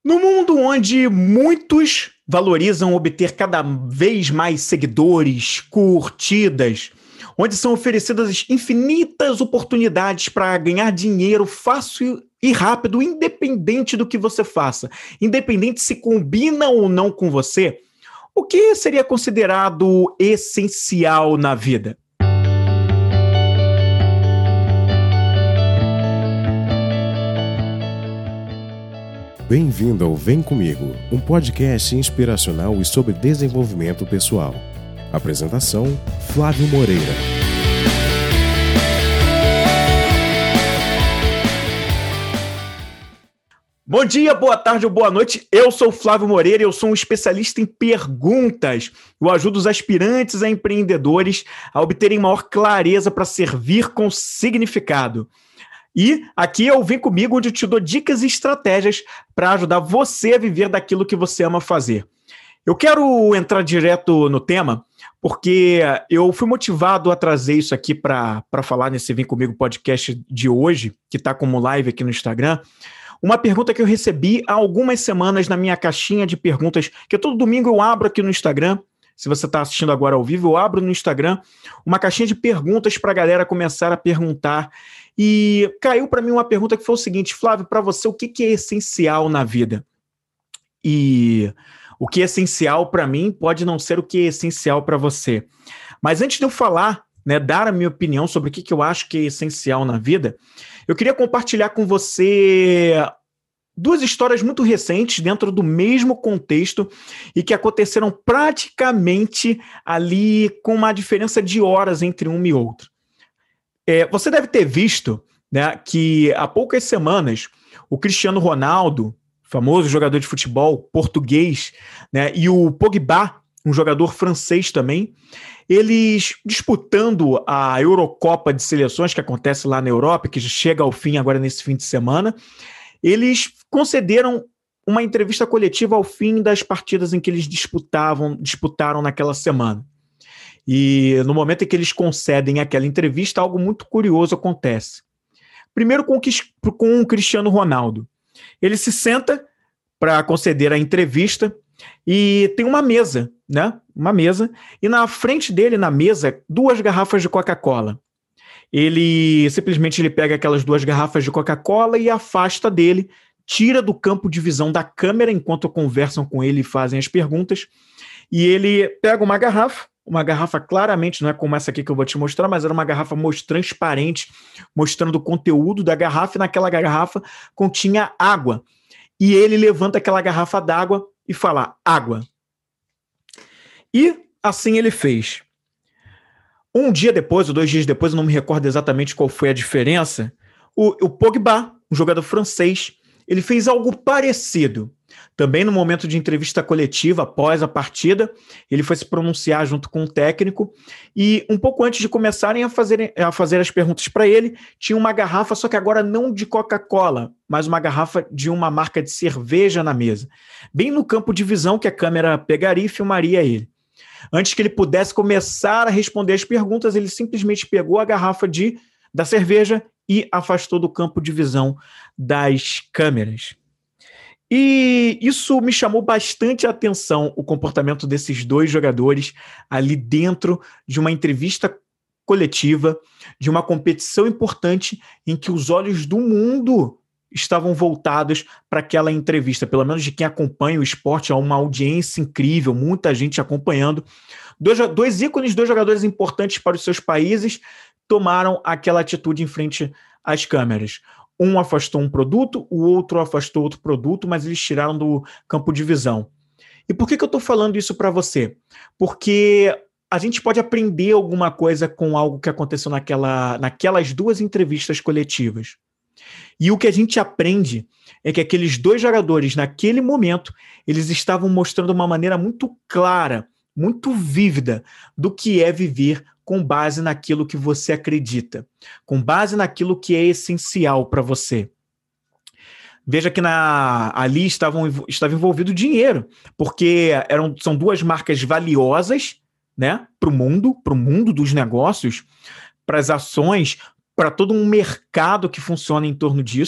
No mundo onde muitos valorizam obter cada vez mais seguidores, curtidas, onde são oferecidas infinitas oportunidades para ganhar dinheiro fácil e rápido, independente do que você faça, independente se combina ou não com você, o que seria considerado essencial na vida? Bem-vindo ao Vem Comigo, um podcast inspiracional e sobre desenvolvimento pessoal. Apresentação: Flávio Moreira. Bom dia, boa tarde ou boa noite. Eu sou o Flávio Moreira e eu sou um especialista em perguntas. Eu ajudo os aspirantes a empreendedores a obterem maior clareza para servir com significado. E aqui eu Vem Comigo, onde eu te dou dicas e estratégias para ajudar você a viver daquilo que você ama fazer. Eu quero entrar direto no tema, porque eu fui motivado a trazer isso aqui para falar nesse Vem Comigo podcast de hoje, que está como live aqui no Instagram. Uma pergunta que eu recebi há algumas semanas na minha caixinha de perguntas, que todo domingo eu abro aqui no Instagram. Se você está assistindo agora ao vivo, eu abro no Instagram uma caixinha de perguntas para a galera começar a perguntar. E caiu para mim uma pergunta que foi o seguinte: Flávio, para você, o que é essencial na vida? E o que é essencial para mim pode não ser o que é essencial para você. Mas antes de eu falar, dar a minha opinião sobre o que eu acho que é essencial na vida, eu queria compartilhar com você duas histórias muito recentes dentro do mesmo contexto e que aconteceram praticamente ali com uma diferença de horas entre uma e outra. Você deve ter visto, que há poucas semanas o Cristiano Ronaldo, famoso jogador de futebol português, e o Pogba, um jogador francês também, eles disputando a Eurocopa de Seleções que acontece lá na Europa, que já chega ao fim agora nesse fim de semana, eles concederam uma entrevista coletiva ao fim das partidas em que eles disputaram naquela semana. E no momento em que eles concedem aquela entrevista, algo muito curioso acontece. Primeiro com o Cristiano Ronaldo. Ele se senta para conceder a entrevista e tem uma mesa, Uma mesa, e na frente dele, na mesa, 2 garrafas de Coca-Cola. Ele simplesmente pega aquelas 2 garrafas de Coca-Cola e afasta dele, tira do campo de visão da câmera enquanto conversam com ele e fazem as perguntas, e ele pega uma garrafa claramente, não é como essa aqui que eu vou te mostrar, mas era uma garrafa transparente, mostrando o conteúdo da garrafa, e naquela garrafa continha água. E ele levanta aquela garrafa d'água e fala: água. E assim ele fez. Um dia depois, ou 2 dias depois, eu não me recordo exatamente qual foi a diferença, o Pogba, um jogador francês, ele fez algo parecido. Também no momento de entrevista coletiva, após a partida, ele foi se pronunciar junto com o técnico e um pouco antes de começarem a fazer as perguntas para ele, tinha uma garrafa, só que agora não de Coca-Cola, mas uma garrafa de uma marca de cerveja na mesa, bem no campo de visão que a câmera pegaria e filmaria ele. Antes que ele pudesse começar a responder as perguntas, ele simplesmente pegou a garrafa da cerveja e afastou do campo de visão das câmeras. E isso me chamou bastante a atenção, o comportamento desses 2 jogadores ali dentro de uma entrevista coletiva, de uma competição importante em que os olhos do mundo estavam voltados para aquela entrevista, pelo menos de quem acompanha o esporte, há uma audiência incrível, muita gente acompanhando. 2 ícones, 2 jogadores importantes para os seus países tomaram aquela atitude em frente às câmeras. Um afastou um produto, o outro afastou outro produto, mas eles tiraram do campo de visão. E por que eu estou falando isso para você? Porque a gente pode aprender alguma coisa com algo que aconteceu naquelas 2 entrevistas coletivas. E o que a gente aprende é que aqueles 2 jogadores, naquele momento, eles estavam mostrando uma maneira muito clara, muito vívida do que é viver com base naquilo que você acredita, com base naquilo que é essencial para você. Veja que ali estava envolvido dinheiro, porque são 2 marcas valiosas, para o mundo dos negócios, para as ações, para todo um mercado que funciona em torno disso.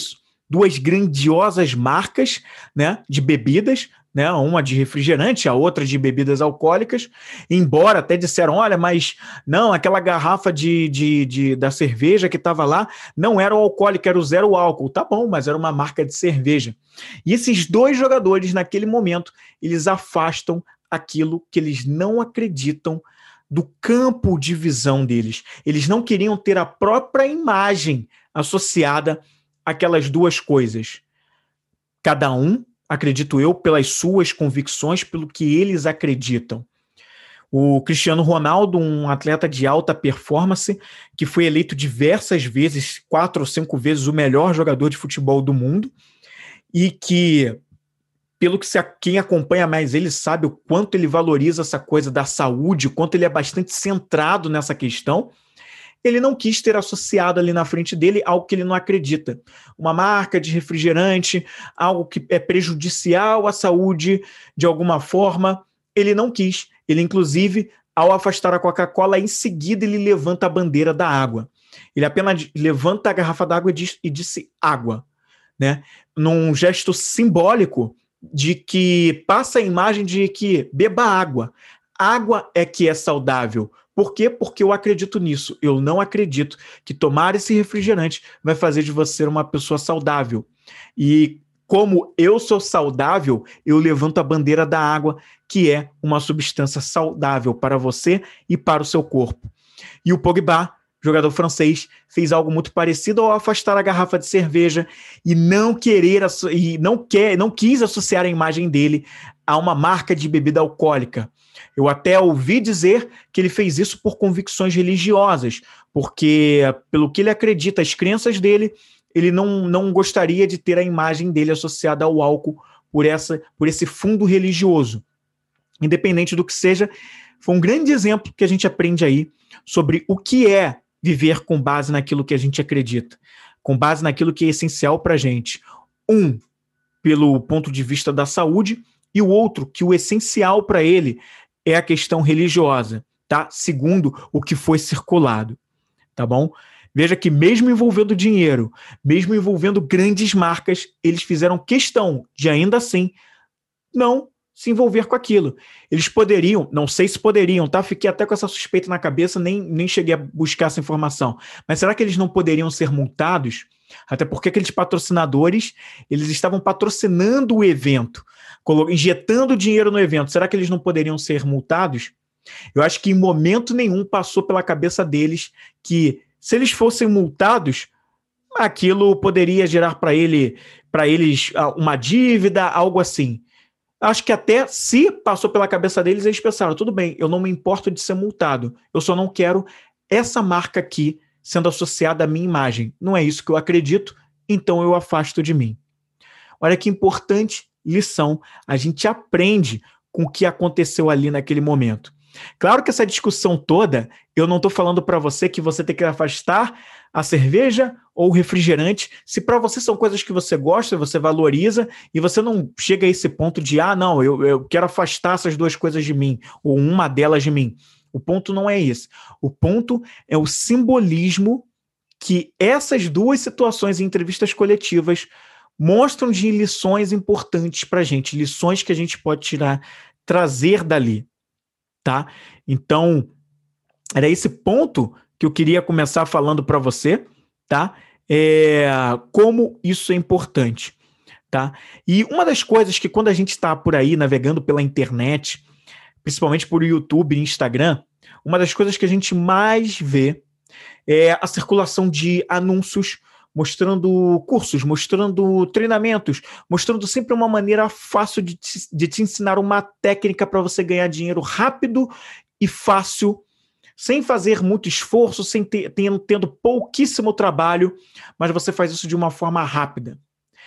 duas grandiosas marcas, né, de bebidas, né, uma de refrigerante, a outra de bebidas alcoólicas, embora até disseram, olha, mas não, aquela garrafa da cerveja que estava lá não era o alcoólico, era o zero álcool. Tá bom, mas era uma marca de cerveja. E esses dois jogadores, naquele momento, eles afastam aquilo que eles não acreditam do campo de visão deles. Eles não queriam ter a própria imagem associada àquelas duas coisas. Cada um, acredito eu, pelas suas convicções, pelo que eles acreditam. O Cristiano Ronaldo, um atleta de alta performance, que foi eleito diversas vezes, 4 ou 5 vezes, o melhor jogador de futebol do mundo, e que, pelo que quem acompanha mais ele sabe o quanto ele valoriza essa coisa da saúde, o quanto ele é bastante centrado nessa questão, ele não quis ter associado ali na frente dele algo que ele não acredita. Uma marca de refrigerante, algo que é prejudicial à saúde de alguma forma, ele não quis. Ele, inclusive, ao afastar a Coca-Cola, em seguida ele levanta a bandeira da água. Ele apenas levanta a garrafa d'água e disse água, né? Num gesto simbólico de que passa a imagem de que beba água. Água é que é saudável. Por quê? Porque eu acredito nisso. Eu não acredito que tomar esse refrigerante vai fazer de você uma pessoa saudável. E como eu sou saudável, eu levanto a bandeira da água, que é uma substância saudável para você e para o seu corpo. E o Pogba, jogador francês, fez algo muito parecido ao afastar a garrafa de cerveja e não quis associar a imagem dele a uma marca de bebida alcoólica. Eu até ouvi dizer que ele fez isso por convicções religiosas, porque, pelo que ele acredita, as crenças dele, ele não gostaria de ter a imagem dele associada ao álcool por esse fundo religioso. Independente do que seja, foi um grande exemplo que a gente aprende aí sobre o que é viver com base naquilo que a gente acredita, com base naquilo que é essencial para a gente. Um, pelo ponto de vista da saúde, e o outro, que o essencial para ele é a questão religiosa, tá? Segundo o que foi circulado, tá bom? Veja que mesmo envolvendo dinheiro, mesmo envolvendo grandes marcas, eles fizeram questão de, ainda assim, não se envolver com aquilo. Eles poderiam, não sei se poderiam, tá? Fiquei até com essa suspeita na cabeça, nem cheguei a buscar essa informação. Mas será que eles não poderiam ser multados? Até porque aqueles patrocinadores, eles estavam patrocinando o evento, injetando dinheiro no evento. Será que eles não poderiam ser multados? Eu acho que em momento nenhum passou pela cabeça deles que, se eles fossem multados, aquilo poderia gerar para eles uma dívida, algo assim. Acho que até se passou pela cabeça deles, eles pensaram, tudo bem, eu não me importo de ser multado, eu só não quero essa marca aqui sendo associada à minha imagem. Não é isso que eu acredito, então eu afasto de mim. Olha que importante lição, a gente aprende com o que aconteceu ali naquele momento. Claro que essa discussão toda, eu não estou falando para você que você tem que afastar a cerveja ou o refrigerante, se para você são coisas que você gosta, você valoriza, e você não chega a esse ponto de, não, eu quero afastar essas duas coisas de mim, ou uma delas de mim. O ponto não é esse. O ponto é o simbolismo que essas duas situações em entrevistas coletivas mostram de lições importantes para a gente, lições que a gente pode trazer dali, tá? Então, era esse ponto que eu queria começar falando para você, tá? Como isso é importante, tá? E uma das coisas que quando a gente está por aí navegando pela internet, principalmente por YouTube e Instagram, uma das coisas que a gente mais vê é a circulação de anúncios mostrando cursos, mostrando treinamentos, mostrando sempre uma maneira fácil de te ensinar uma técnica para você ganhar dinheiro rápido e fácil, sem fazer muito esforço, tendo pouquíssimo trabalho, mas você faz isso de uma forma rápida.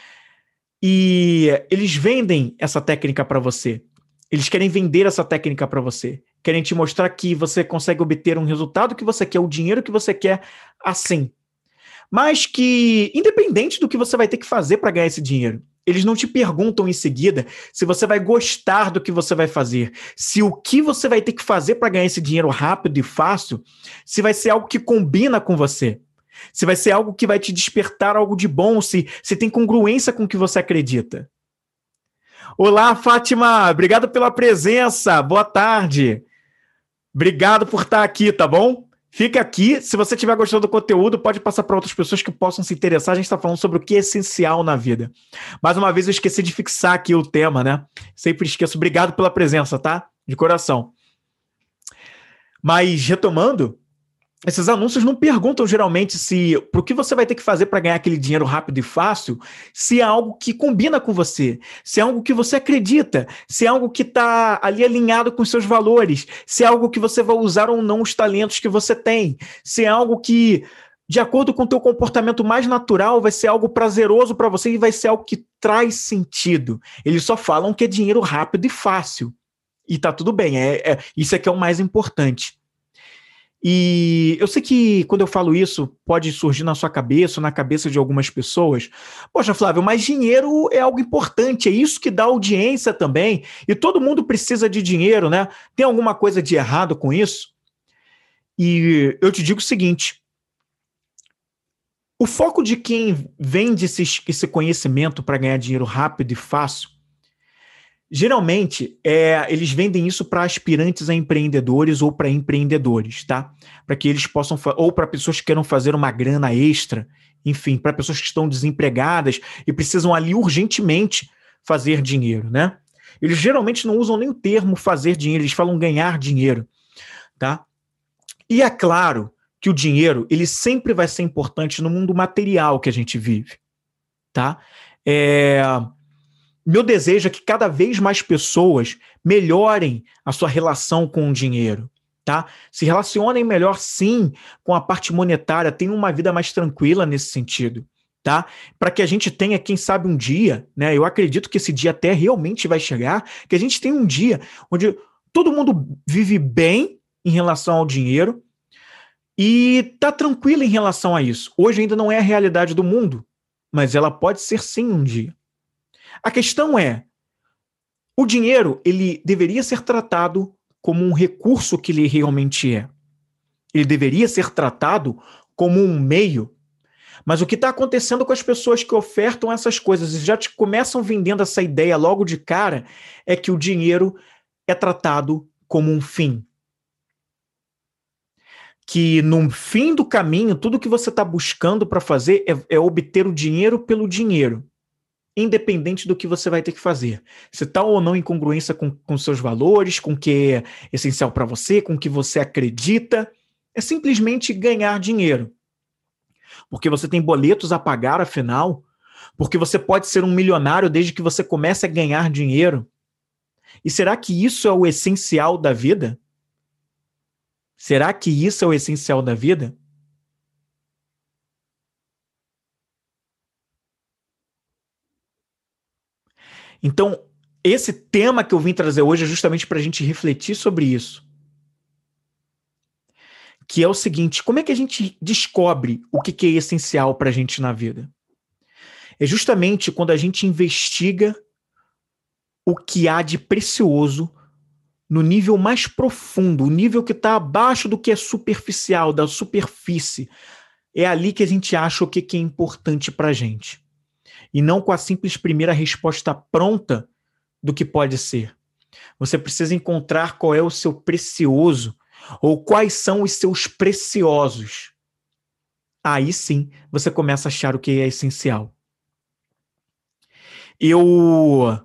E eles vendem essa técnica para você. Eles querem vender essa técnica para você. Querem te mostrar que você consegue obter um resultado que você quer, o dinheiro que você quer, assim. Mas que, independente do que você vai ter que fazer para ganhar esse dinheiro, eles não te perguntam em seguida se você vai gostar do que você vai fazer, se o que você vai ter que fazer para ganhar esse dinheiro rápido e fácil, se vai ser algo que combina com você. Se vai ser algo que vai te despertar algo de bom, se tem congruência com o que você acredita. Olá, Fátima, obrigado pela presença, boa tarde. Obrigado por estar aqui, tá bom? Fica aqui, se você estiver gostando do conteúdo, pode passar para outras pessoas que possam se interessar. A gente está falando sobre o que é essencial na vida. Mais uma vez, eu esqueci de fixar aqui o tema, né? Sempre esqueço. Obrigado pela presença, tá? De coração. Mas, retomando, esses anúncios não perguntam geralmente se pro que você vai ter que fazer para ganhar aquele dinheiro rápido e fácil, se é algo que combina com você, se é algo que você acredita, se é algo que está ali alinhado com os seus valores, se é algo que você vai usar ou não os talentos que você tem, se é algo que, de acordo com o teu comportamento mais natural, vai ser algo prazeroso para você e vai ser algo que traz sentido. Eles só falam que é dinheiro rápido e fácil. E tá tudo bem, isso é que é o mais importante. E eu sei que quando eu falo isso, pode surgir na sua cabeça, ou na cabeça de algumas pessoas. Poxa, Flávio, mas dinheiro é algo importante, é isso que dá audiência também. E todo mundo precisa de dinheiro, né? Tem alguma coisa de errado com isso? E eu te digo o seguinte: o foco de quem vende esse conhecimento para ganhar dinheiro rápido e fácil, geralmente, eles vendem isso para aspirantes a empreendedores ou para empreendedores, tá? Para que eles possam, ou para pessoas que queiram fazer uma grana extra, enfim, para pessoas que estão desempregadas e precisam ali urgentemente fazer dinheiro, né? Eles geralmente não usam nem o termo fazer dinheiro, eles falam ganhar dinheiro, tá? E é claro que o dinheiro, ele sempre vai ser importante no mundo material que a gente vive, tá? Meu desejo é que cada vez mais pessoas melhorem a sua relação com o dinheiro, tá? Se relacionem melhor, sim, com a parte monetária, tenham uma vida mais tranquila nesse sentido, tá? Para que a gente tenha, quem sabe, um dia, né? Eu acredito que esse dia até realmente vai chegar, que a gente tenha um dia onde todo mundo vive bem em relação ao dinheiro e tá tranquilo em relação a isso. Hoje ainda não é a realidade do mundo, mas ela pode ser sim um dia. A questão é, o dinheiro, ele deveria ser tratado como um recurso que ele realmente é. Ele deveria ser tratado como um meio. Mas o que está acontecendo com as pessoas que ofertam essas coisas e já te começam vendendo essa ideia logo de cara, é que o dinheiro é tratado como um fim. Que no fim do caminho, tudo que você está buscando para fazer é obter o dinheiro pelo dinheiro, independente do que você vai ter que fazer. Se está ou não em congruência com seus valores, com o que é essencial para você, com o que você acredita, é simplesmente ganhar dinheiro. Porque você tem boletos a pagar, afinal, porque você pode ser um milionário desde que você comece a ganhar dinheiro. E será que isso é o essencial da vida? Será que isso é o essencial da vida? Então, esse tema que eu vim trazer hoje é justamente para a gente refletir sobre isso. Que é o seguinte: como é que a gente descobre o que é essencial para a gente na vida? É justamente quando a gente investiga o que há de precioso no nível mais profundo, o nível que está abaixo do que é superficial, da superfície. É ali que a gente acha o que é importante para a gente. E não com a simples primeira resposta pronta do que pode ser. Você precisa encontrar qual é o seu precioso, ou quais são os seus preciosos. Aí sim, você começa a achar o que é essencial. Eu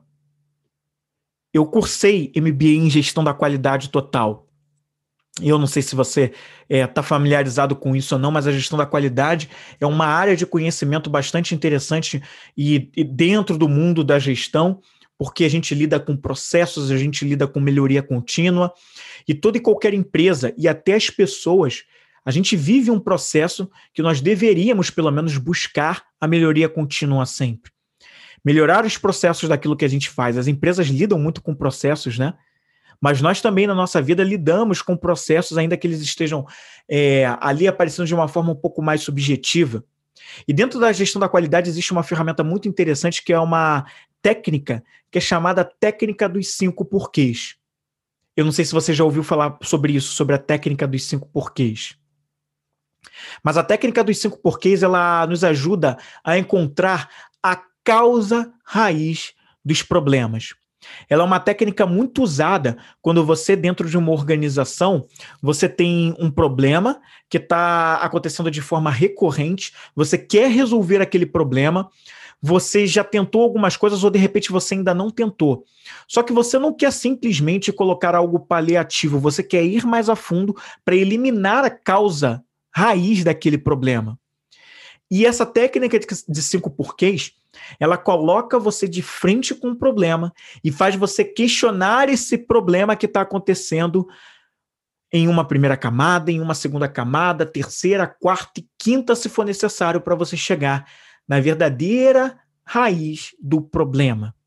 cursei MBA em Gestão da Qualidade Total. Eu não sei se você está familiarizado com isso ou não, mas a gestão da qualidade é uma área de conhecimento bastante interessante e dentro do mundo da gestão, porque a gente lida com processos, a gente lida com melhoria contínua, e toda e qualquer empresa, e até as pessoas, a gente vive um processo que nós deveríamos, pelo menos, buscar a melhoria contínua sempre. Melhorar os processos daquilo que a gente faz. As empresas lidam muito com processos, né? Mas nós também, na nossa vida, lidamos com processos, ainda que eles estejam ali aparecendo de uma forma um pouco mais subjetiva. E dentro da gestão da qualidade existe uma ferramenta muito interessante, que é uma técnica, que é chamada técnica dos 5 porquês. Eu não sei se você já ouviu falar sobre isso, sobre a técnica dos 5 porquês. Mas a técnica dos 5 porquês, ela nos ajuda a encontrar a causa raiz dos problemas. Ela é uma técnica muito usada quando você, dentro de uma organização, você tem um problema que está acontecendo de forma recorrente, você quer resolver aquele problema, você já tentou algumas coisas ou de repente você ainda não tentou. Só que você não quer simplesmente colocar algo paliativo, você quer ir mais a fundo para eliminar a causa raiz daquele problema. E essa técnica de 5 porquês, ela coloca você de frente com o problema e faz você questionar esse problema que está acontecendo em uma primeira camada, em uma segunda camada, terceira, quarta e quinta, se for necessário, para você chegar na verdadeira raiz do problema.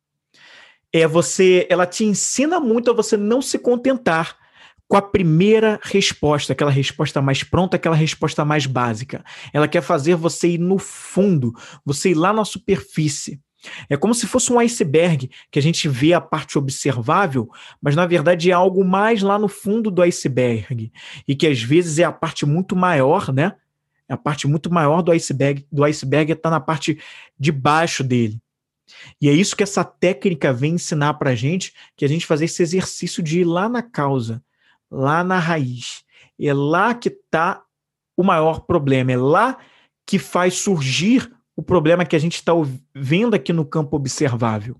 Ela te ensina muito a você não se contentar com a primeira resposta, aquela resposta mais pronta, aquela resposta mais básica. Ela quer fazer você ir no fundo, você ir lá na superfície. É como se fosse um iceberg, que a gente vê a parte observável, mas na verdade é algo mais lá no fundo do iceberg, e que às vezes é a parte muito maior, né? A parte muito maior do iceberg está na parte de baixo dele. E é isso que essa técnica vem ensinar para a gente, que a gente fazer esse exercício de ir lá na causa, lá na raiz. É lá que está o maior problema, é lá que faz surgir o problema que a gente está vendo aqui no campo observável.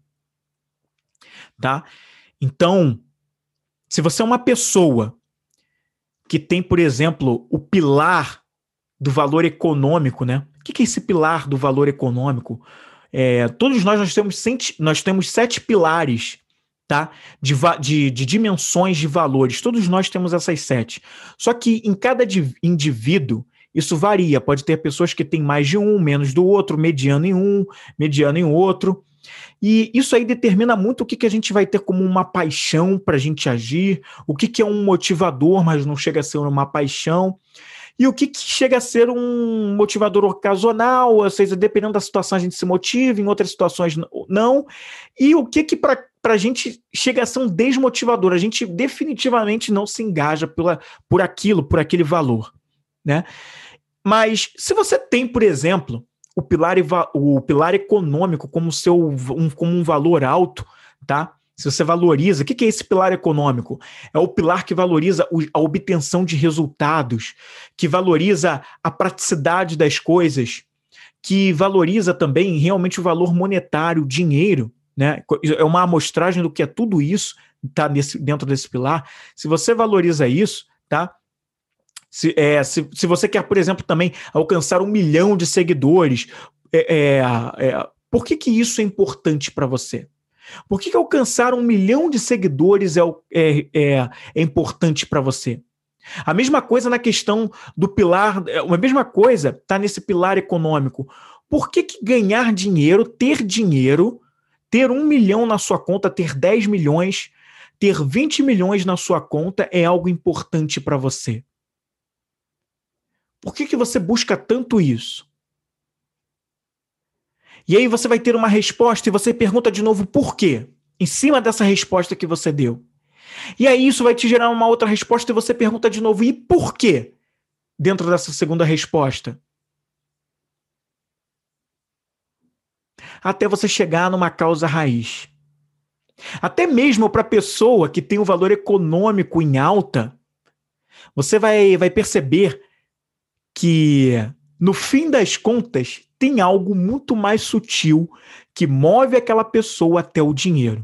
Tá? Então, se você é uma pessoa que tem, por exemplo, o pilar do valor econômico, né? O que é esse pilar do valor econômico? Todos nós temos 7 pilares, tá? De dimensões de valores. Todos nós temos essas 7. Só que em cada indivíduo, isso varia. Pode ter pessoas que têm mais de um, menos do outro, mediano em outro. E isso aí determina muito o que a gente vai ter como uma paixão para a gente agir, o que é um motivador, mas não chega a ser uma paixão. E o que chega a ser um motivador ocasional, ou seja, dependendo da situação a gente se motiva, em outras situações não. E o que para a gente chega a ser um desmotivador, a gente definitivamente não se engaja por aquele valor, né? Mas se você tem, por exemplo, o pilar econômico como um valor alto, tá? Se você valoriza, o que é esse pilar econômico? É o pilar que valoriza a obtenção de resultados, que valoriza a praticidade das coisas, que valoriza também realmente o valor monetário, o dinheiro, né? É uma amostragem do que é tudo isso, tá dentro desse pilar. Se você valoriza isso, tá? Se você quer, por exemplo, também alcançar 1 milhão de seguidores, por que isso é importante para você? Por que alcançar 1 milhão de seguidores é importante para você? A mesma coisa na questão do pilar, a mesma coisa está nesse pilar econômico. Por que ganhar dinheiro, ter 1 milhão na sua conta, ter 10 milhões, ter 20 milhões na sua conta é algo importante para você? Por que você busca tanto isso? E aí você vai ter uma resposta e você pergunta de novo por quê? Em cima dessa resposta que você deu. E aí isso vai te gerar uma outra resposta e você pergunta de novo, e por quê? Dentro dessa segunda resposta. Até você chegar numa causa raiz. Até mesmo para a pessoa que tem um valor econômico em alta, você vai perceber que, no fim das contas, tem algo muito mais sutil que move aquela pessoa até o dinheiro.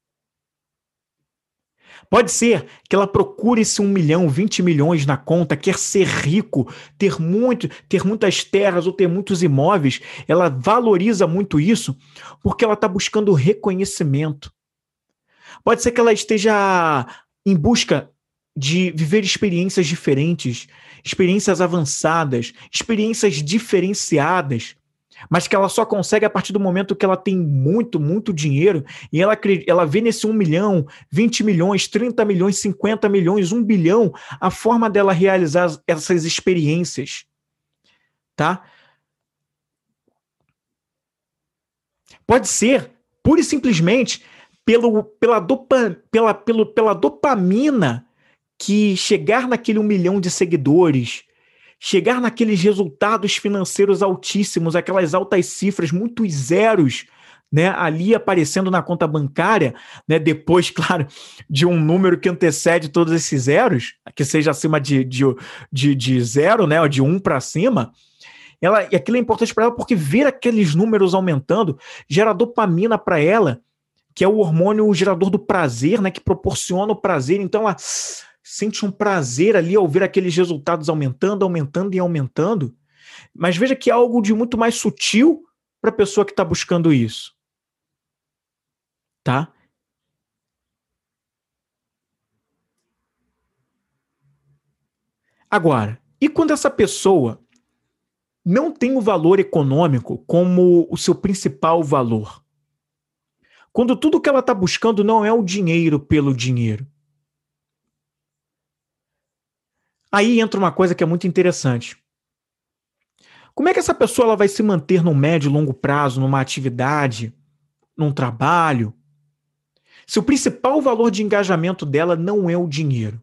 Pode ser que ela procure esse 1 milhão, 20 milhões na conta, quer ser rico, ter muitas terras ou ter muitos imóveis. Ela valoriza muito isso porque ela está buscando reconhecimento. Pode ser que ela esteja em busca de viver experiências diferentes, experiências avançadas, experiências diferenciadas, mas que ela só consegue a partir do momento que ela tem muito, muito dinheiro e ela vê nesse 1 milhão, 20 milhões, 30 milhões, 50 milhões, 1 bilhão, a forma dela realizar essas experiências, tá? Pode ser, pura e simplesmente, pela dopamina que chegar naquele 1 milhão de seguidores, chegar naqueles resultados financeiros altíssimos, aquelas altas cifras, muitos zeros, né, ali aparecendo na conta bancária, né, depois, claro, de um número que antecede todos esses zeros, que seja acima de zero, né, ou de 1 para cima, e aquilo é importante para ela porque ver aqueles números aumentando gera dopamina para ela, que é o hormônio gerador do prazer, né, que proporciona o prazer. Então ela sente um prazer ali ao ver aqueles resultados aumentando, aumentando e aumentando. Mas veja que é algo de muito mais sutil para a pessoa que está buscando isso. Tá? Agora, e quando essa pessoa não tem o valor econômico como o seu principal valor? Quando tudo que ela está buscando não é o dinheiro pelo dinheiro. Aí entra uma coisa que é muito interessante. Como é que essa pessoa ela vai se manter no médio e longo prazo, numa atividade, num trabalho, se o principal valor de engajamento dela não é o dinheiro?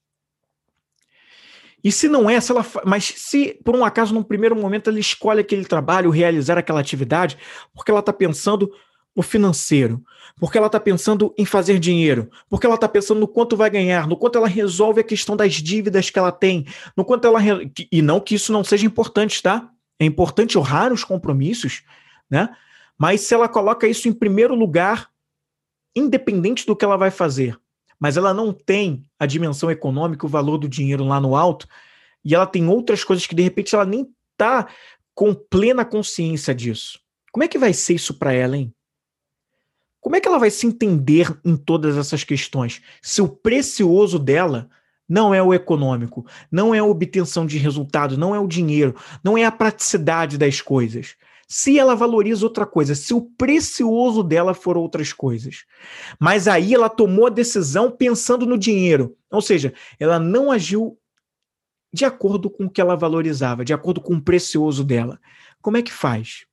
E se não é, mas se por um acaso, num primeiro momento, ela escolhe aquele trabalho, realizar aquela atividade, porque ela está pensando no financeiro, porque ela está pensando em fazer dinheiro, porque ela está pensando no quanto vai ganhar, no quanto ela resolve a questão das dívidas que ela tem, no quanto ela... E não que isso não seja importante, tá? É importante honrar os compromissos, né? Mas se ela coloca isso em primeiro lugar, independente do que ela vai fazer, mas ela não tem a dimensão econômica, o valor do dinheiro lá no alto, e ela tem outras coisas que de repente ela nem está com plena consciência disso. Como é que vai ser isso para ela, hein? Como é que ela vai se entender em todas essas questões? Se o precioso dela não é o econômico, não é a obtenção de resultado, não é o dinheiro, não é a praticidade das coisas. Se ela valoriza outra coisa, se o precioso dela for outras coisas. Mas aí ela tomou a decisão pensando no dinheiro. Ou seja, ela não agiu de acordo com o que ela valorizava, de acordo com o precioso dela. Como é que faz?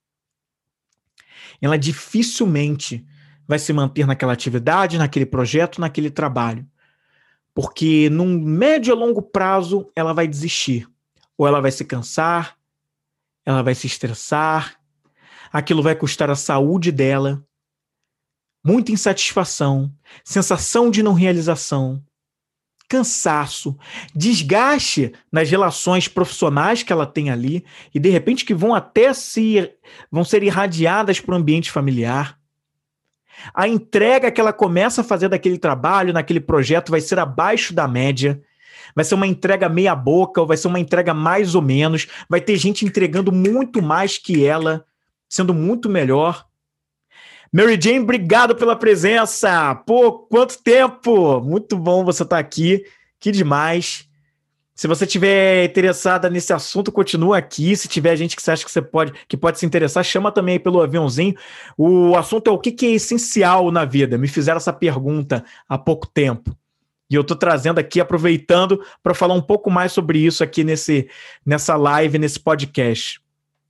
Ela dificilmente vai se manter naquela atividade, naquele projeto, naquele trabalho. Porque num médio a longo prazo ela vai desistir. Ou ela vai se cansar, ela vai se estressar, aquilo vai custar a saúde dela, muita insatisfação, sensação de não realização, cansaço, desgaste nas relações profissionais que ela tem ali e de repente que vão ser irradiadas para o ambiente familiar. A entrega que ela começa a fazer daquele trabalho, naquele projeto, vai ser abaixo da média. Vai ser uma entrega meia boca, ou vai ser uma entrega mais ou menos. Vai ter gente entregando muito mais que ela, sendo muito melhor. Mary Jane, obrigado pela presença. Pô, quanto tempo! Muito bom você estar aqui. Que demais. Se você estiver interessada nesse assunto, continua aqui. Se tiver gente que você acha que pode se interessar, chama também aí pelo aviãozinho. O assunto é o que é essencial na vida. Me fizeram essa pergunta há pouco tempo. E eu estou trazendo aqui, aproveitando, para falar um pouco mais sobre isso aqui nessa live, nesse podcast.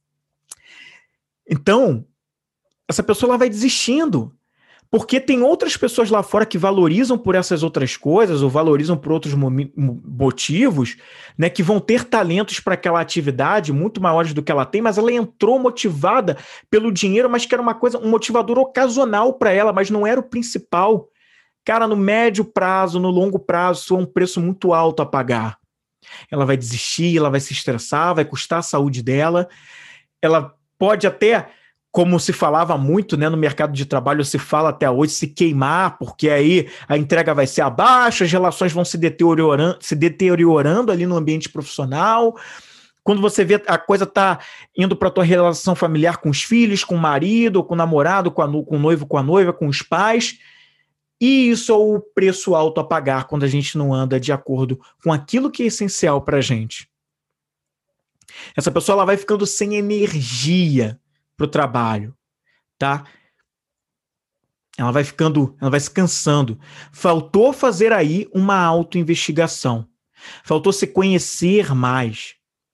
Então, essa pessoa ela vai desistindo. Porque tem outras pessoas lá fora que valorizam por essas outras coisas, ou valorizam por outros motivos, né, que vão ter talentos para aquela atividade muito maiores do que ela tem, mas ela entrou motivada pelo dinheiro, mas que era um motivador ocasional para ela, mas não era o principal. Cara, no médio prazo, no longo prazo, isso é um preço muito alto a pagar. Ela vai desistir, ela vai se estressar, vai custar a saúde dela, ela pode até... Como se falava muito, né, no mercado de trabalho, se fala até hoje, se queimar, porque aí a entrega vai ser abaixo, as relações vão se deteriorando ali no ambiente profissional. Quando você vê a coisa tá indo para a tua relação familiar com os filhos, com o marido, com o namorado, com o noivo, com a noiva, com os pais. E isso é o preço alto a pagar quando a gente não anda de acordo com aquilo que é essencial para a gente. Essa pessoa ela vai ficando sem energia para o trabalho, tá? Ela vai se cansando. Faltou fazer aí uma autoinvestigação. Faltou se conhecer mais.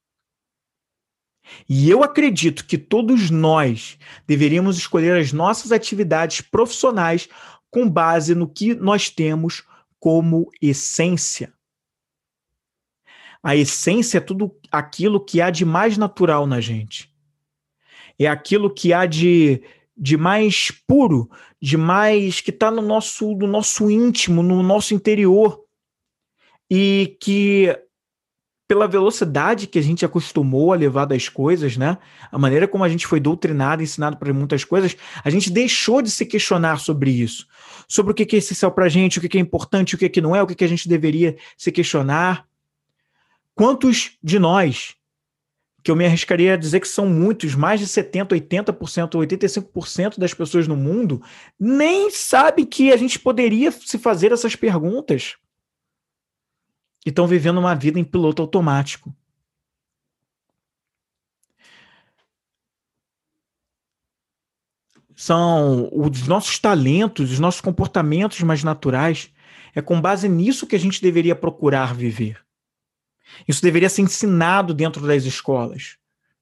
E eu acredito que todos nós deveríamos escolher as nossas atividades profissionais com base no que nós temos como essência. A essência é tudo aquilo que há de mais natural na gente. É aquilo que há de mais puro, de mais que está no nosso íntimo, no nosso interior. E que, pela velocidade que a gente acostumou a levar das coisas, né? A maneira como a gente foi doutrinado, ensinado para muitas coisas, a gente deixou de se questionar sobre isso. Sobre o que é essencial para a gente, o que é importante, o que não é, o que a gente deveria se questionar. Quantos de nós, que eu me arriscaria a dizer que são muitos, mais de 70%, 80%, 85% das pessoas no mundo, nem sabem que a gente poderia se fazer essas perguntas. E estão vivendo uma vida em piloto automático. São os nossos talentos, os nossos comportamentos mais naturais. É com base nisso que a gente deveria procurar viver. Isso deveria ser ensinado dentro das escolas.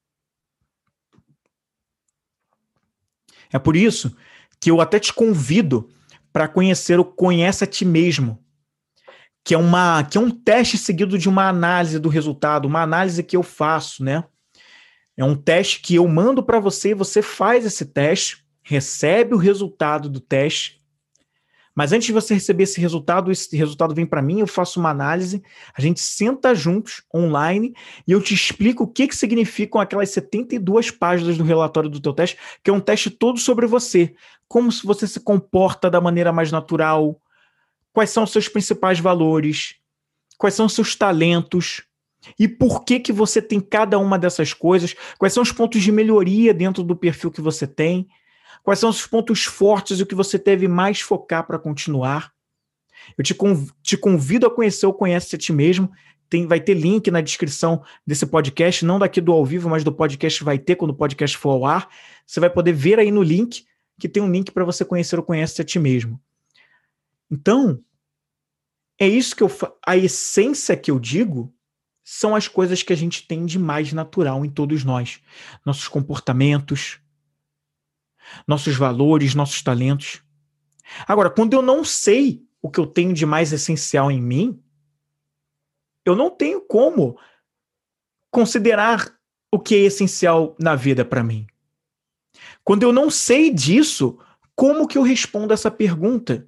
É por isso que eu até te convido para conhecer o Conhece a Ti Mesmo, que é um teste seguido de uma análise do resultado, uma análise que eu faço, né? É um teste que eu mando para você e você faz esse teste, recebe o resultado do teste, mas antes de você receber esse resultado vem para mim, eu faço uma análise, a gente senta juntos, online, e eu te explico o que significam aquelas 72 páginas do relatório do teu teste, que é um teste todo sobre você, como você se comporta da maneira mais natural, quais são os seus principais valores, quais são os seus talentos, e por que você tem cada uma dessas coisas, quais são os pontos de melhoria dentro do perfil que você tem, quais são os pontos fortes e o que você deve mais focar para continuar. Eu te convido a conhecer o Conhece a Ti Mesmo. Vai ter link na descrição desse podcast, não daqui do ao vivo, mas do podcast vai ter quando o podcast for ao ar. Você vai poder ver aí no link, que tem um link para você conhecer o Conhece a Ti Mesmo. Então, é isso que a essência que eu digo são as coisas que a gente tem de mais natural em todos nós. Nossos comportamentos, nossos valores, nossos talentos. Agora, quando eu não sei o que eu tenho de mais essencial em mim, eu não tenho como considerar o que é essencial na vida para mim. Quando eu não sei disso, como que eu respondo essa pergunta?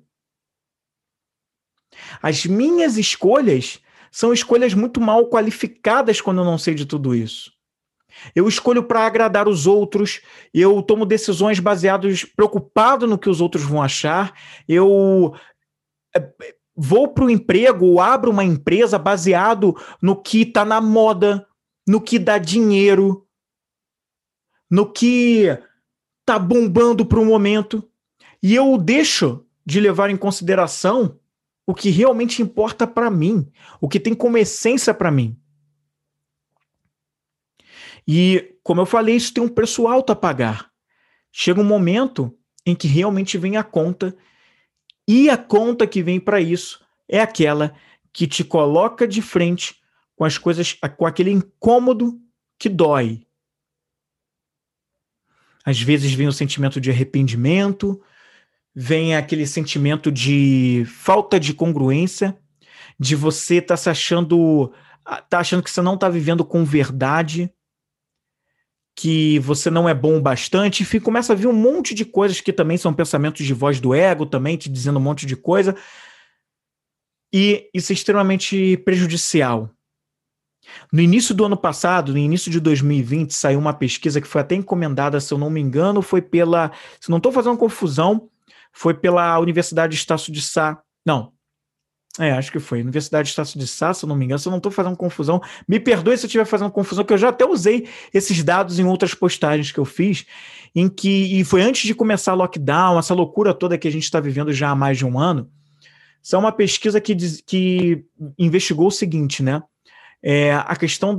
As minhas escolhas são escolhas muito mal qualificadas quando eu não sei de tudo isso. Eu escolho para agradar os outros, eu tomo decisões baseadas, preocupado no que os outros vão achar, eu vou para o emprego ou abro uma empresa baseado no que está na moda, no que dá dinheiro, no que está bombando para o momento, e eu deixo de levar em consideração o que realmente importa para mim, o que tem como essência para mim. E, como eu falei, isso tem um preço alto a pagar. Chega um momento em que realmente vem a conta, e a conta que vem para isso é aquela que te coloca de frente com as coisas, com aquele incômodo que dói. Às vezes vem o sentimento de arrependimento, vem aquele sentimento de falta de congruência, de você tá achando que você não está vivendo com verdade, que você não é bom o bastante, enfim, começa a vir um monte de coisas que também são pensamentos de voz do ego, também te dizendo um monte de coisa, e isso é extremamente prejudicial. No início do ano passado, no início de 2020, saiu uma pesquisa que foi até encomendada, se eu não me engano, se não estou fazendo confusão, foi pela Universidade de Estácio de Sá. Não. Acho que foi. Universidade de Estácio de Sá, se eu não me engano. Se eu não estou fazendo confusão, me perdoe se eu estiver fazendo confusão, que eu já até usei esses dados em outras postagens que eu fiz, e foi antes de começar o lockdown, essa loucura toda que a gente está vivendo já há mais de um ano. Isso é uma pesquisa que investigou o seguinte, né? A questão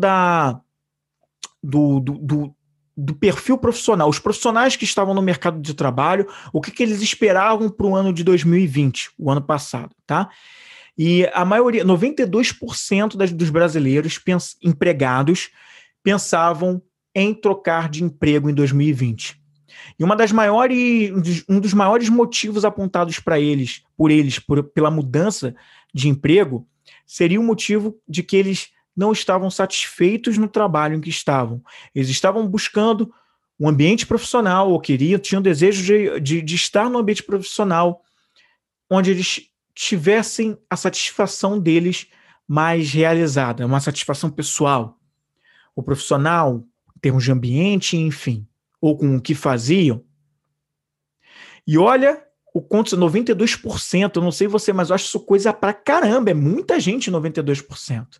do perfil profissional, os profissionais que estavam no mercado de trabalho, o que eles esperavam para o ano de 2020, o ano passado, tá? E a maioria, 92% dos brasileiros empregados pensavam em trocar de emprego em 2020. E um dos maiores motivos apontados pela mudança de emprego seria o motivo de que eles não estavam satisfeitos no trabalho em que estavam. Eles estavam buscando um ambiente profissional, ou tinham desejo de estar no ambiente profissional, onde eles tivessem a satisfação deles mais realizada, uma satisfação pessoal, ou profissional, em termos de ambiente, enfim, ou com o que faziam. E olha o quanto, 92%, eu não sei você, mas eu acho isso coisa pra caramba, é muita gente, 92%.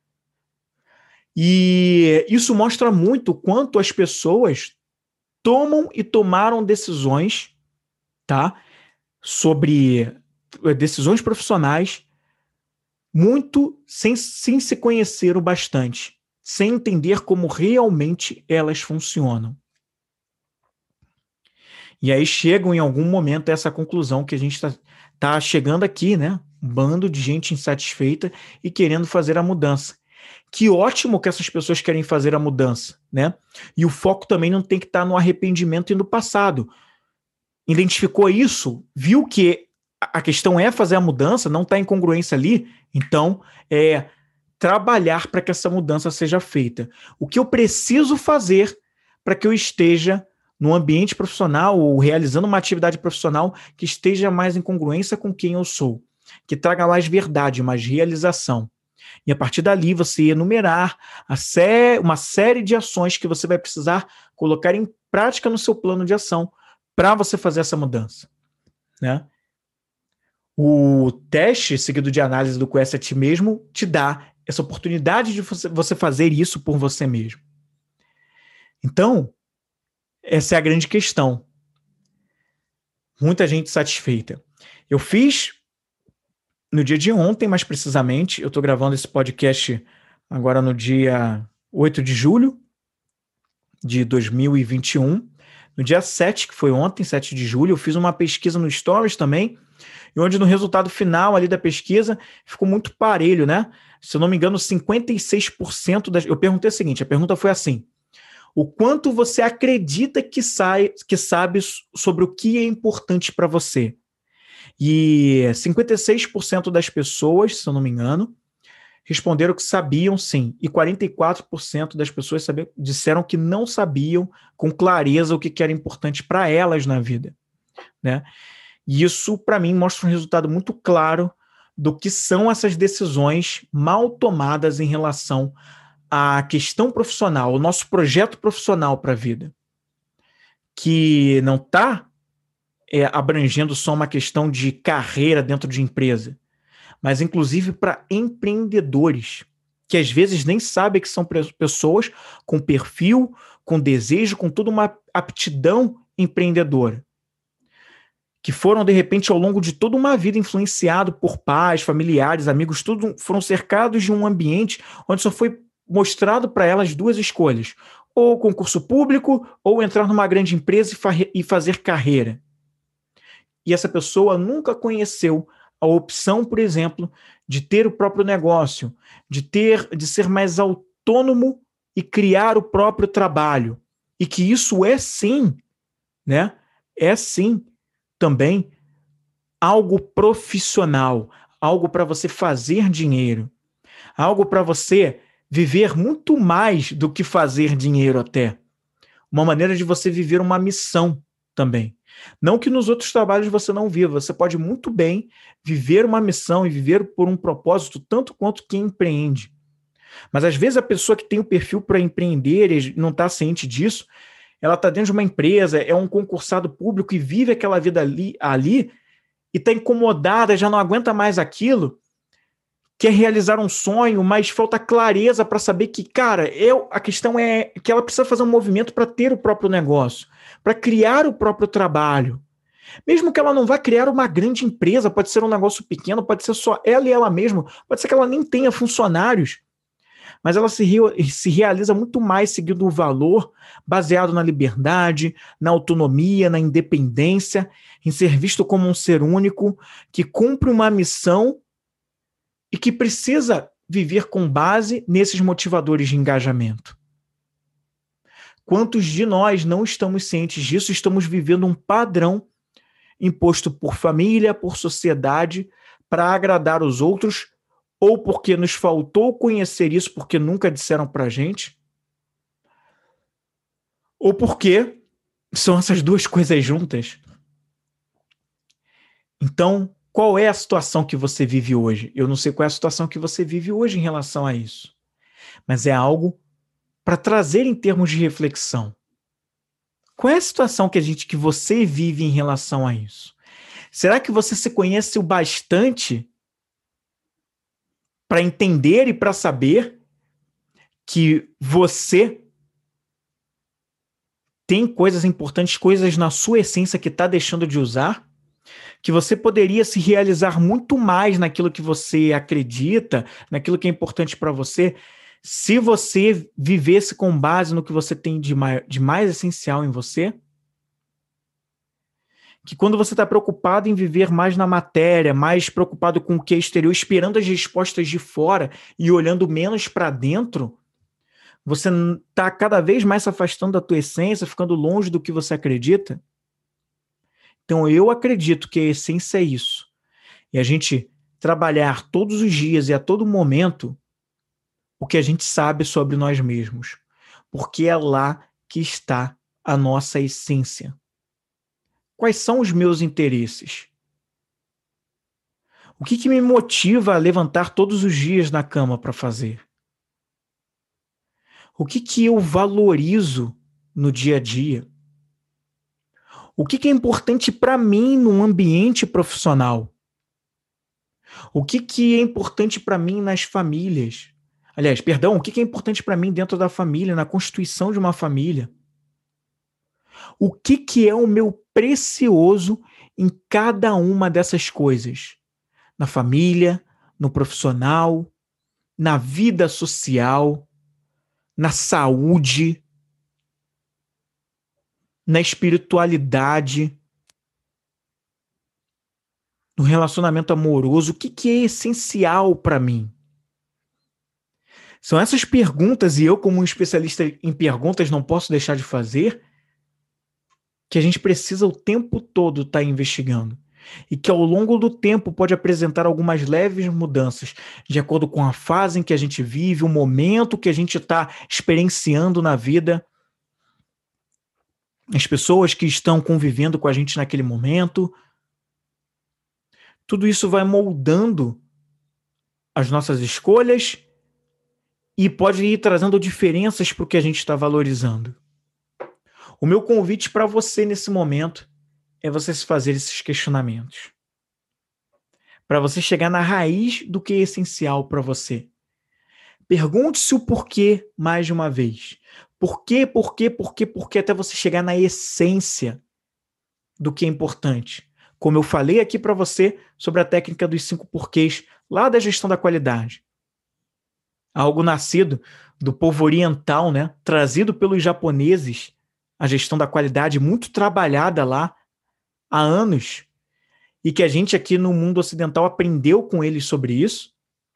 E isso mostra muito quanto as pessoas tomam e tomaram decisões, tá? Sobre decisões profissionais muito sem se conhecer o bastante, sem entender como realmente elas funcionam. E aí chegam em algum momento a essa conclusão que a gente tá chegando aqui, né? Um bando de gente insatisfeita e querendo fazer a mudança. Que ótimo que essas pessoas querem fazer a mudança, né? E o foco também não tem que estar no arrependimento e no passado. Identificou isso, viu que a questão é fazer a mudança, não está em congruência ali, então é trabalhar para que essa mudança seja feita. O que eu preciso fazer para que eu esteja no ambiente profissional ou realizando uma atividade profissional que esteja mais em congruência com quem eu sou, que traga mais verdade, mais realização. E a partir dali você enumerar uma série de ações que você vai precisar colocar em prática no seu plano de ação para você fazer essa mudança, né? O teste seguido de análise do Conhece a Ti Mesmo te dá essa oportunidade de você fazer isso por você mesmo. Então, essa é a grande questão. Muita gente satisfeita. Eu fiz no dia de ontem, mais precisamente, eu estou gravando esse podcast agora no dia 8 de julho de 2021. No dia 7, que foi ontem, 7 de julho, eu fiz uma pesquisa no Stories também, e onde no resultado final ali da pesquisa ficou muito parelho, né? Se eu não me engano, 56% das... Eu perguntei o seguinte, a pergunta foi assim: o quanto você acredita que sabe sobre o que é importante para você? E 56% das pessoas, se eu não me engano, responderam que sabiam sim, e 44% das pessoas disseram que não sabiam com clareza o que era importante para elas na vida, né? E isso, para mim, mostra um resultado muito claro do que são essas decisões mal tomadas em relação à questão profissional, o nosso projeto profissional para a vida, que não está abrangendo só uma questão de carreira dentro de empresa, mas inclusive para empreendedores, que às vezes nem sabem que são pessoas com perfil, com desejo, com toda uma aptidão empreendedora, que foram, de repente, ao longo de toda uma vida influenciados por pais, familiares, amigos, tudo foram cercados de um ambiente onde só foi mostrado para elas duas escolhas: ou concurso público, ou entrar numa grande empresa e fazer carreira. E essa pessoa nunca conheceu a opção, por exemplo, de ter o próprio negócio, de ser mais autônomo e criar o próprio trabalho. E que isso é sim, né? É sim também algo profissional, algo para você fazer dinheiro, algo para você viver muito mais do que fazer dinheiro até. Uma maneira de você viver uma missão também. Não que nos outros trabalhos você não viva, você pode muito bem viver uma missão e viver por um propósito tanto quanto quem empreende. Mas às vezes a pessoa que tem o perfil para empreender e não está ciente disso, ela está dentro de uma empresa, é um concursado público e vive aquela vida ali e está incomodada, já não aguenta mais aquilo, quer realizar um sonho, mas falta clareza para saber que, cara, a questão é que ela precisa fazer um movimento para ter o próprio negócio, para criar o próprio trabalho. Mesmo que ela não vá criar uma grande empresa, pode ser um negócio pequeno, pode ser só ela e ela mesma, pode ser que ela nem tenha funcionários, mas ela se realiza muito mais seguindo o valor baseado na liberdade, na autonomia, na independência, em ser visto como um ser único que cumpre uma missão e que precisa viver com base nesses motivadores de engajamento. Quantos de nós não estamos cientes disso? Estamos vivendo um padrão imposto por família, por sociedade, para agradar os outros ou porque nos faltou conhecer isso porque nunca disseram pra gente, ou porque são essas duas coisas juntas. Então, qual é a situação que você vive hoje? Eu não sei qual é a situação que você vive hoje em relação a isso, mas é algo para trazer em termos de reflexão. Qual é a situação que você vive em relação a isso? Será que você se conhece o bastante para entender e para saber que você tem coisas importantes, coisas na sua essência que está deixando de usar? Que você poderia se realizar muito mais naquilo que você acredita, naquilo que é importante para você, se você vivesse com base no que você tem de mais essencial em você? Que quando você está preocupado em viver mais na matéria, mais preocupado com o que é exterior, esperando as respostas de fora e olhando menos para dentro, você está cada vez mais se afastando da tua essência, ficando longe do que você acredita? Então eu acredito que a essência é isso. E a gente trabalhar todos os dias e a todo momento o que a gente sabe sobre nós mesmos. Porque é lá que está a nossa essência. Quais são os meus interesses? O que me motiva a levantar todos os dias na cama para fazer? O que eu valorizo no dia a dia? O que é importante para mim num ambiente profissional? O que é importante para mim nas famílias? Aliás, perdão, o que é importante para mim dentro da família, na constituição de uma família? O que é o meu precioso em cada uma dessas coisas? Na família, no profissional, na vida social, na saúde, na espiritualidade, no relacionamento amoroso. O que é essencial para mim? São essas perguntas, e eu, como um especialista em perguntas, não posso deixar de fazer, que a gente precisa o tempo todo estar investigando. E que ao longo do tempo pode apresentar algumas leves mudanças, de acordo com a fase em que a gente vive, o momento que a gente está experienciando na vida, as pessoas que estão convivendo com a gente naquele momento. Tudo isso vai moldando as nossas escolhas e pode ir trazendo diferenças para o que a gente está valorizando. O meu convite para você nesse momento é você se fazer esses questionamentos. Para você chegar na raiz do que é essencial para você. Pergunte-se o porquê mais de uma vez. Por quê, até você chegar na essência do que é importante. Como eu falei aqui para você sobre a técnica dos 5 porquês, lá da gestão da qualidade. Algo nascido do povo oriental, né? Trazido pelos japoneses, a gestão da qualidade muito trabalhada lá há anos, e que a gente aqui no mundo ocidental aprendeu com eles sobre isso.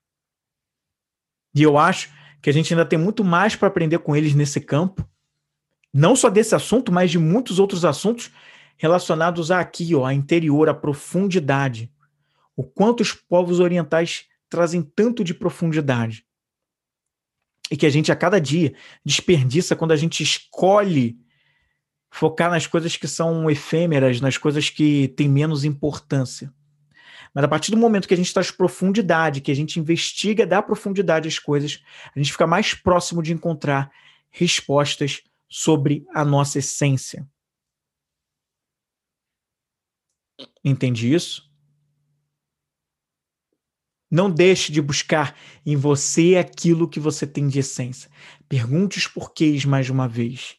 E eu acho que a gente ainda tem muito mais para aprender com eles nesse campo, não só desse assunto, mas de muitos outros assuntos relacionados a aqui, ó, a interior, a profundidade. O quanto os povos orientais trazem tanto de profundidade. E que a gente a cada dia desperdiça quando a gente escolhe focar nas coisas que são efêmeras, nas coisas que têm menos importância. Mas a partir do momento que a gente traz profundidade, que a gente investiga, dá profundidade às coisas, a gente fica mais próximo de encontrar respostas sobre a nossa essência. Entende isso? Não deixe de buscar em você aquilo que você tem de essência. Pergunte os porquês mais uma vez.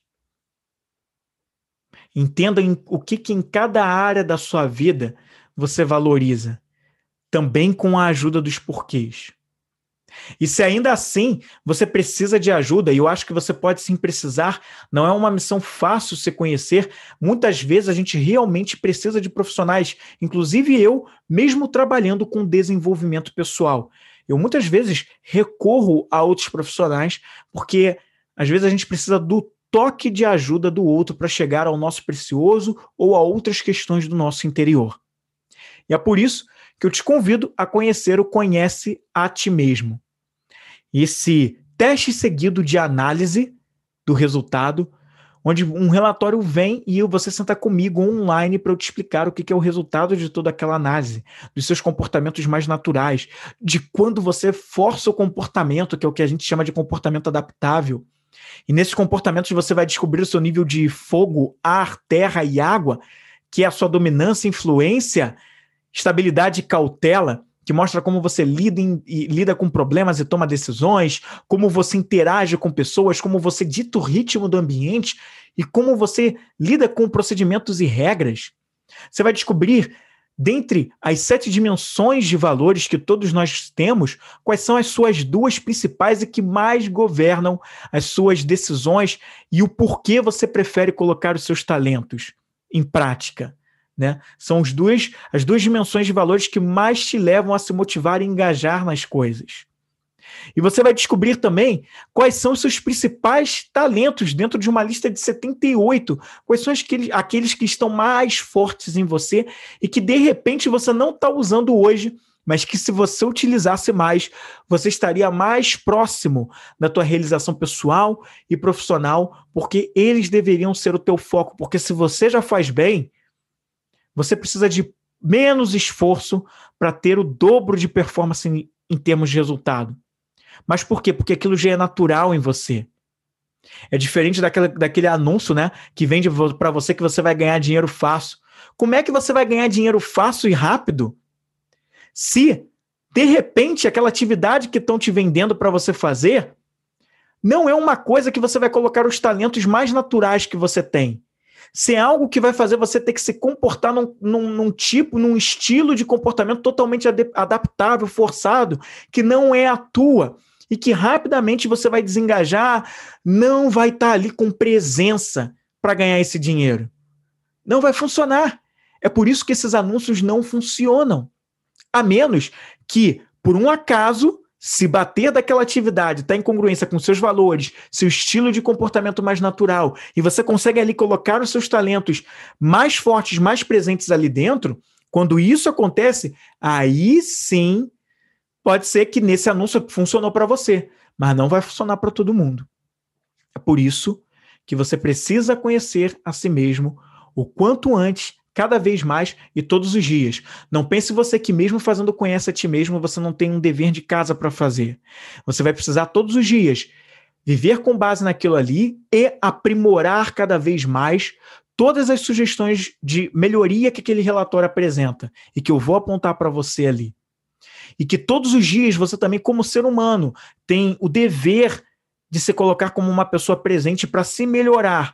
Entenda o que em cada área da sua vida você valoriza, também com a ajuda dos porquês. E se ainda assim você precisa de ajuda, e eu acho que você pode sim precisar, não é uma missão fácil se conhecer, muitas vezes a gente realmente precisa de profissionais, inclusive eu, mesmo trabalhando com desenvolvimento pessoal. Eu muitas vezes recorro a outros profissionais, porque às vezes a gente precisa do toque de ajuda do outro para chegar ao nosso precioso ou a outras questões do nosso interior. E é por isso que eu te convido a conhecer o Conhece a Ti Mesmo. Esse teste seguido de análise do resultado, onde um relatório vem e você senta comigo online para eu te explicar o que é o resultado de toda aquela análise, dos seus comportamentos mais naturais, de quando você força o comportamento, que é o que a gente chama de comportamento adaptável. E nesses comportamentos você vai descobrir o seu nível de fogo, ar, terra e água, que é a sua dominância, influência, estabilidade e cautela, que mostra como você lida com problemas e toma decisões, como você interage com pessoas, como você dita o ritmo do ambiente e como você lida com procedimentos e regras. Você vai descobrir, dentre as 7 dimensões de valores que todos nós temos, quais são as suas 2 principais e que mais governam as suas decisões e o porquê você prefere colocar os seus talentos em prática. Né? São as duas dimensões de valores que mais te levam a se motivar e engajar nas coisas. E você vai descobrir também quais são os seus principais talentos dentro de uma lista de 78. Quais são aqueles que estão mais fortes em você e que, de repente, você não está usando hoje, mas que, se você utilizasse mais, você estaria mais próximo da tua realização pessoal e profissional, porque eles deveriam ser o teu foco. Porque se você já faz bem, você precisa de menos esforço para ter o dobro de performance em termos de resultado. Mas por quê? Porque aquilo já é natural em você. É diferente daquele anúncio, né, que vende para você que você vai ganhar dinheiro fácil. Como é que você vai ganhar dinheiro fácil e rápido se, de repente, aquela atividade que estão te vendendo para você fazer não é uma coisa que você vai colocar os talentos mais naturais que você tem? Se é algo que vai fazer você ter que se comportar num estilo de comportamento totalmente adaptável, forçado, que não é a tua, e que rapidamente você vai desengajar, não vai estar ali com presença para ganhar esse dinheiro. Não vai funcionar. É por isso que esses anúncios não funcionam. A menos que, por um acaso, se bater daquela atividade, está em congruência com seus valores, seu estilo de comportamento mais natural, e você consegue ali colocar os seus talentos mais fortes, mais presentes ali dentro, quando isso acontece, aí sim pode ser que nesse anúncio funcionou para você, mas não vai funcionar para todo mundo. É por isso que você precisa conhecer a si mesmo o quanto antes, cada vez mais e todos os dias. Não pense você que mesmo fazendo Conhece a Ti Mesmo, você não tem um dever de casa para fazer. Você vai precisar todos os dias viver com base naquilo ali e aprimorar cada vez mais todas as sugestões de melhoria que aquele relatório apresenta e que eu vou apontar para você ali. E que todos os dias você também, como ser humano, tem o dever de se colocar como uma pessoa presente para se melhorar.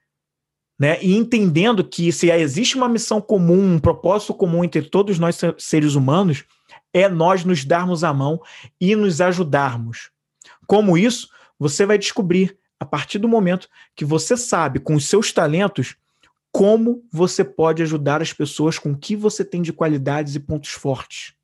Né? E entendendo que se existe uma missão comum, um propósito comum entre todos nós seres humanos, é nós nos darmos a mão e nos ajudarmos. Como isso, você vai descobrir a partir do momento que você sabe, com os seus talentos, como você pode ajudar as pessoas com o que você tem de qualidades e pontos fortes.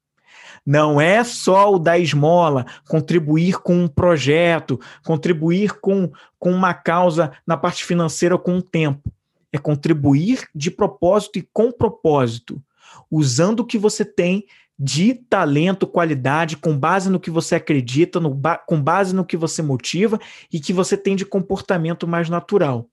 Não é só o dar esmola, contribuir com um projeto, contribuir com uma causa na parte financeira com o tempo. É contribuir de propósito e com propósito, usando o que você tem de talento, qualidade, com base no que você acredita, com base no que você motiva e que você tem de comportamento mais natural.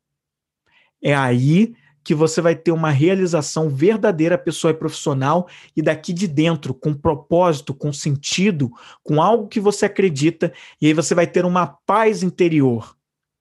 É aí que você vai ter uma realização verdadeira pessoal e profissional e daqui de dentro, com propósito, com sentido, com algo que você acredita, e aí você vai ter uma paz interior.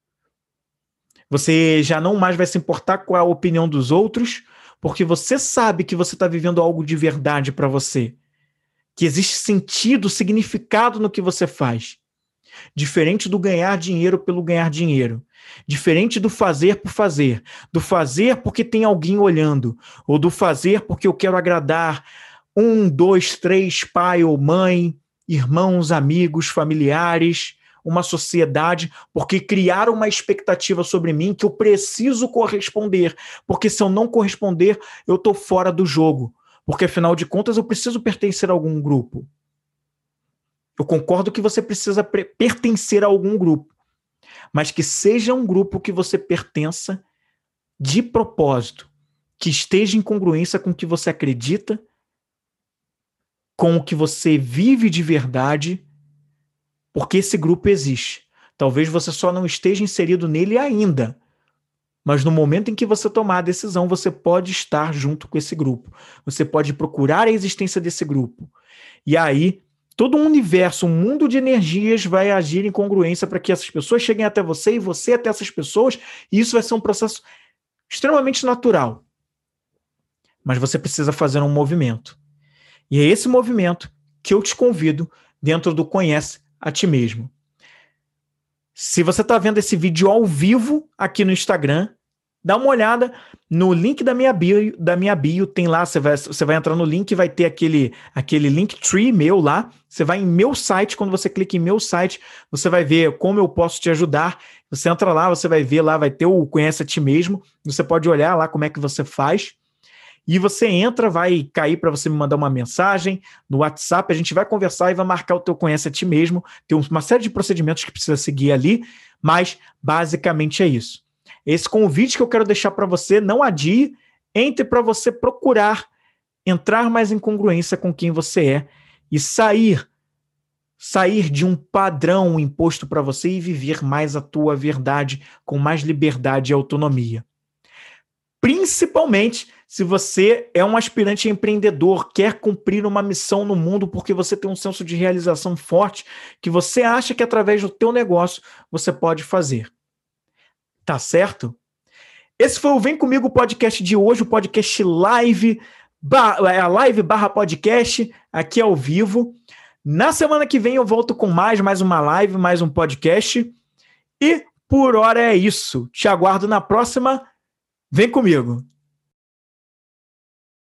Você já não mais vai se importar com a opinião dos outros, porque você sabe que você está vivendo algo de verdade para você, que existe sentido, significado no que você faz. Diferente do ganhar dinheiro pelo ganhar dinheiro. Diferente do fazer por fazer. Do fazer porque tem alguém olhando. Ou do fazer porque eu quero agradar 1, 2, 3, pai ou mãe, irmãos, amigos, familiares, uma sociedade, porque criaram uma expectativa sobre mim que eu preciso corresponder. Porque se eu não corresponder, eu estou fora do jogo. Porque, afinal de contas, eu preciso pertencer a algum grupo. Eu concordo que você precisa pertencer a algum grupo, mas que seja um grupo que você pertença de propósito, que esteja em congruência com o que você acredita com o que você vive de verdade, porque esse grupo existe. Talvez você só não esteja inserido nele ainda, mas no momento em que você tomar a decisão, você pode estar junto com esse grupo. Você pode procurar a existência desse grupo. E aí, todo um universo, um mundo de energias vai agir em congruência para que essas pessoas cheguem até você e você até essas pessoas, e isso vai ser um processo extremamente natural. Mas você precisa fazer um movimento. E é esse movimento que eu te convido dentro do Conhece a Ti Mesmo. Se você está vendo esse vídeo ao vivo aqui no Instagram, dá uma olhada no link da minha bio, tem lá, você vai entrar no link e vai ter aquele Linktree meu lá, você vai em meu site, quando você clica em meu site, você vai ver como eu posso te ajudar, você entra lá, você vai ver lá, vai ter o Conhece a Ti Mesmo, você pode olhar lá como é que você faz, e você entra, vai cair para você me mandar uma mensagem no WhatsApp, a gente vai conversar e vai marcar o teu Conhece a Ti Mesmo. Tem uma série de procedimentos que precisa seguir ali, mas basicamente é isso. Esse convite que eu quero deixar para você, não adie, entre para você procurar entrar mais em congruência com quem você é e sair de um padrão imposto para você e viver mais a tua verdade com mais liberdade e autonomia. Principalmente se você é um aspirante empreendedor, quer cumprir uma missão no mundo porque você tem um senso de realização forte que você acha que através do teu negócio você pode fazer. Tá certo? Esse foi o Vem Comigo podcast de hoje, o podcast live, a live / podcast, aqui ao vivo. Na semana que vem eu volto com mais uma live, mais um podcast. E por hora é isso. Te aguardo na próxima. Vem comigo!